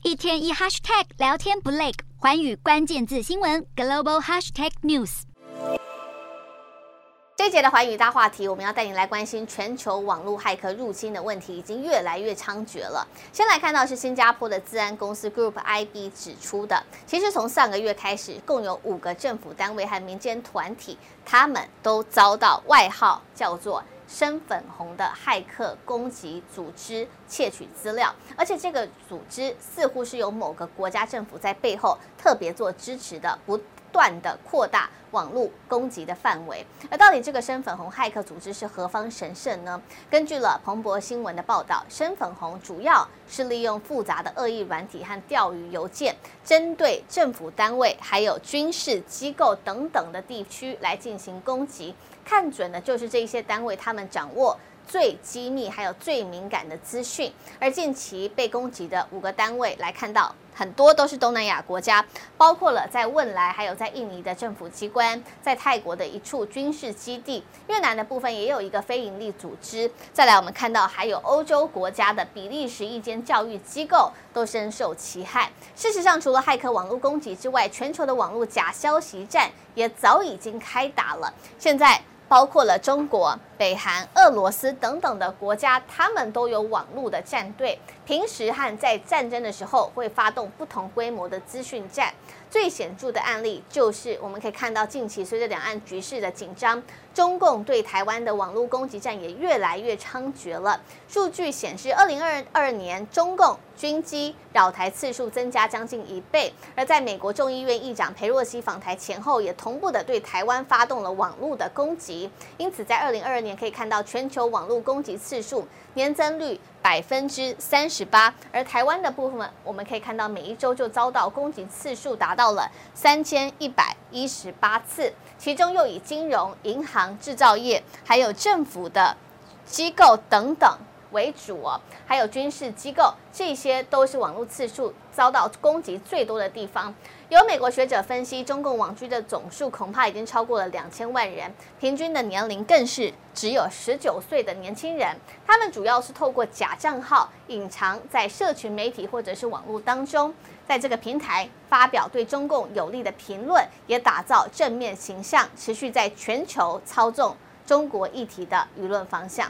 一天一 hashtag 聊天不累，寰宇关键字新闻 global hashtag news。 这一节的寰宇大话题，我们要带您来关心全球网络骇客入侵的问题，已经越来越猖獗了。先来看到是新加坡的资安公司 Group IB 指出的，其实从上个月开始，共有5个政府单位和民间团体，他们都遭到外号叫做深粉红的骇客攻击组织窃取资料，而且这个组织似乎是由某个国家政府在背后特别做支持的，不断的扩大网络攻击的范围。而到底这个深粉红骇客组织是何方神圣呢？根据了彭博新闻的报道，深粉红主要是利用复杂的恶意软体和钓鱼邮件，针对政府单位还有军事机构等等的地区来进行攻击，看准的就是这些单位他们掌握最机密还有最敏感的资讯。而近期被攻击的5个单位来看到，很多都是东南亚国家，包括了在汶莱还有在印尼的政府机关，在泰国的一处军事基地，越南的部分也有一个非营利组织。再来我们看到还有欧洲国家的比利时一间教育机构都深受其害。事实上，除了骇客网络攻击之外，全球的网络假消息战也早已经开打了。现在包括了中国、北韩、俄罗斯等等的国家，他们都有网络的战队，平时和在战争的时候会发动不同规模的资讯战。最显著的案例就是我们可以看到，近期随着两岸局势的紧张，中共对台湾的网络攻击战也越来越猖獗了。数据显示，2022年中共军机扰台次数增加将近1倍，而在美国众议院议长裴洛西访台前后，也同步的对台湾发动了网络的攻击。因此，在2022年可以看到全球网络攻击次数年增率38%，而台湾的部分我们可以看到每一周就遭到攻击次数达到了3118次，其中又以金融、银行、制造业还有政府的机构等等为主哦，还有军事机构，这些都是网络次数遭到攻击最多的地方。有美国学者分析，中共网军的总数恐怕已经超过了2000万人，平均的年龄更是只有19岁的年轻人。他们主要是透过假账号隐藏在社群媒体或者是网络当中，在这个平台发表对中共有利的评论，也打造正面形象，持续在全球操纵中国议题的舆论方向。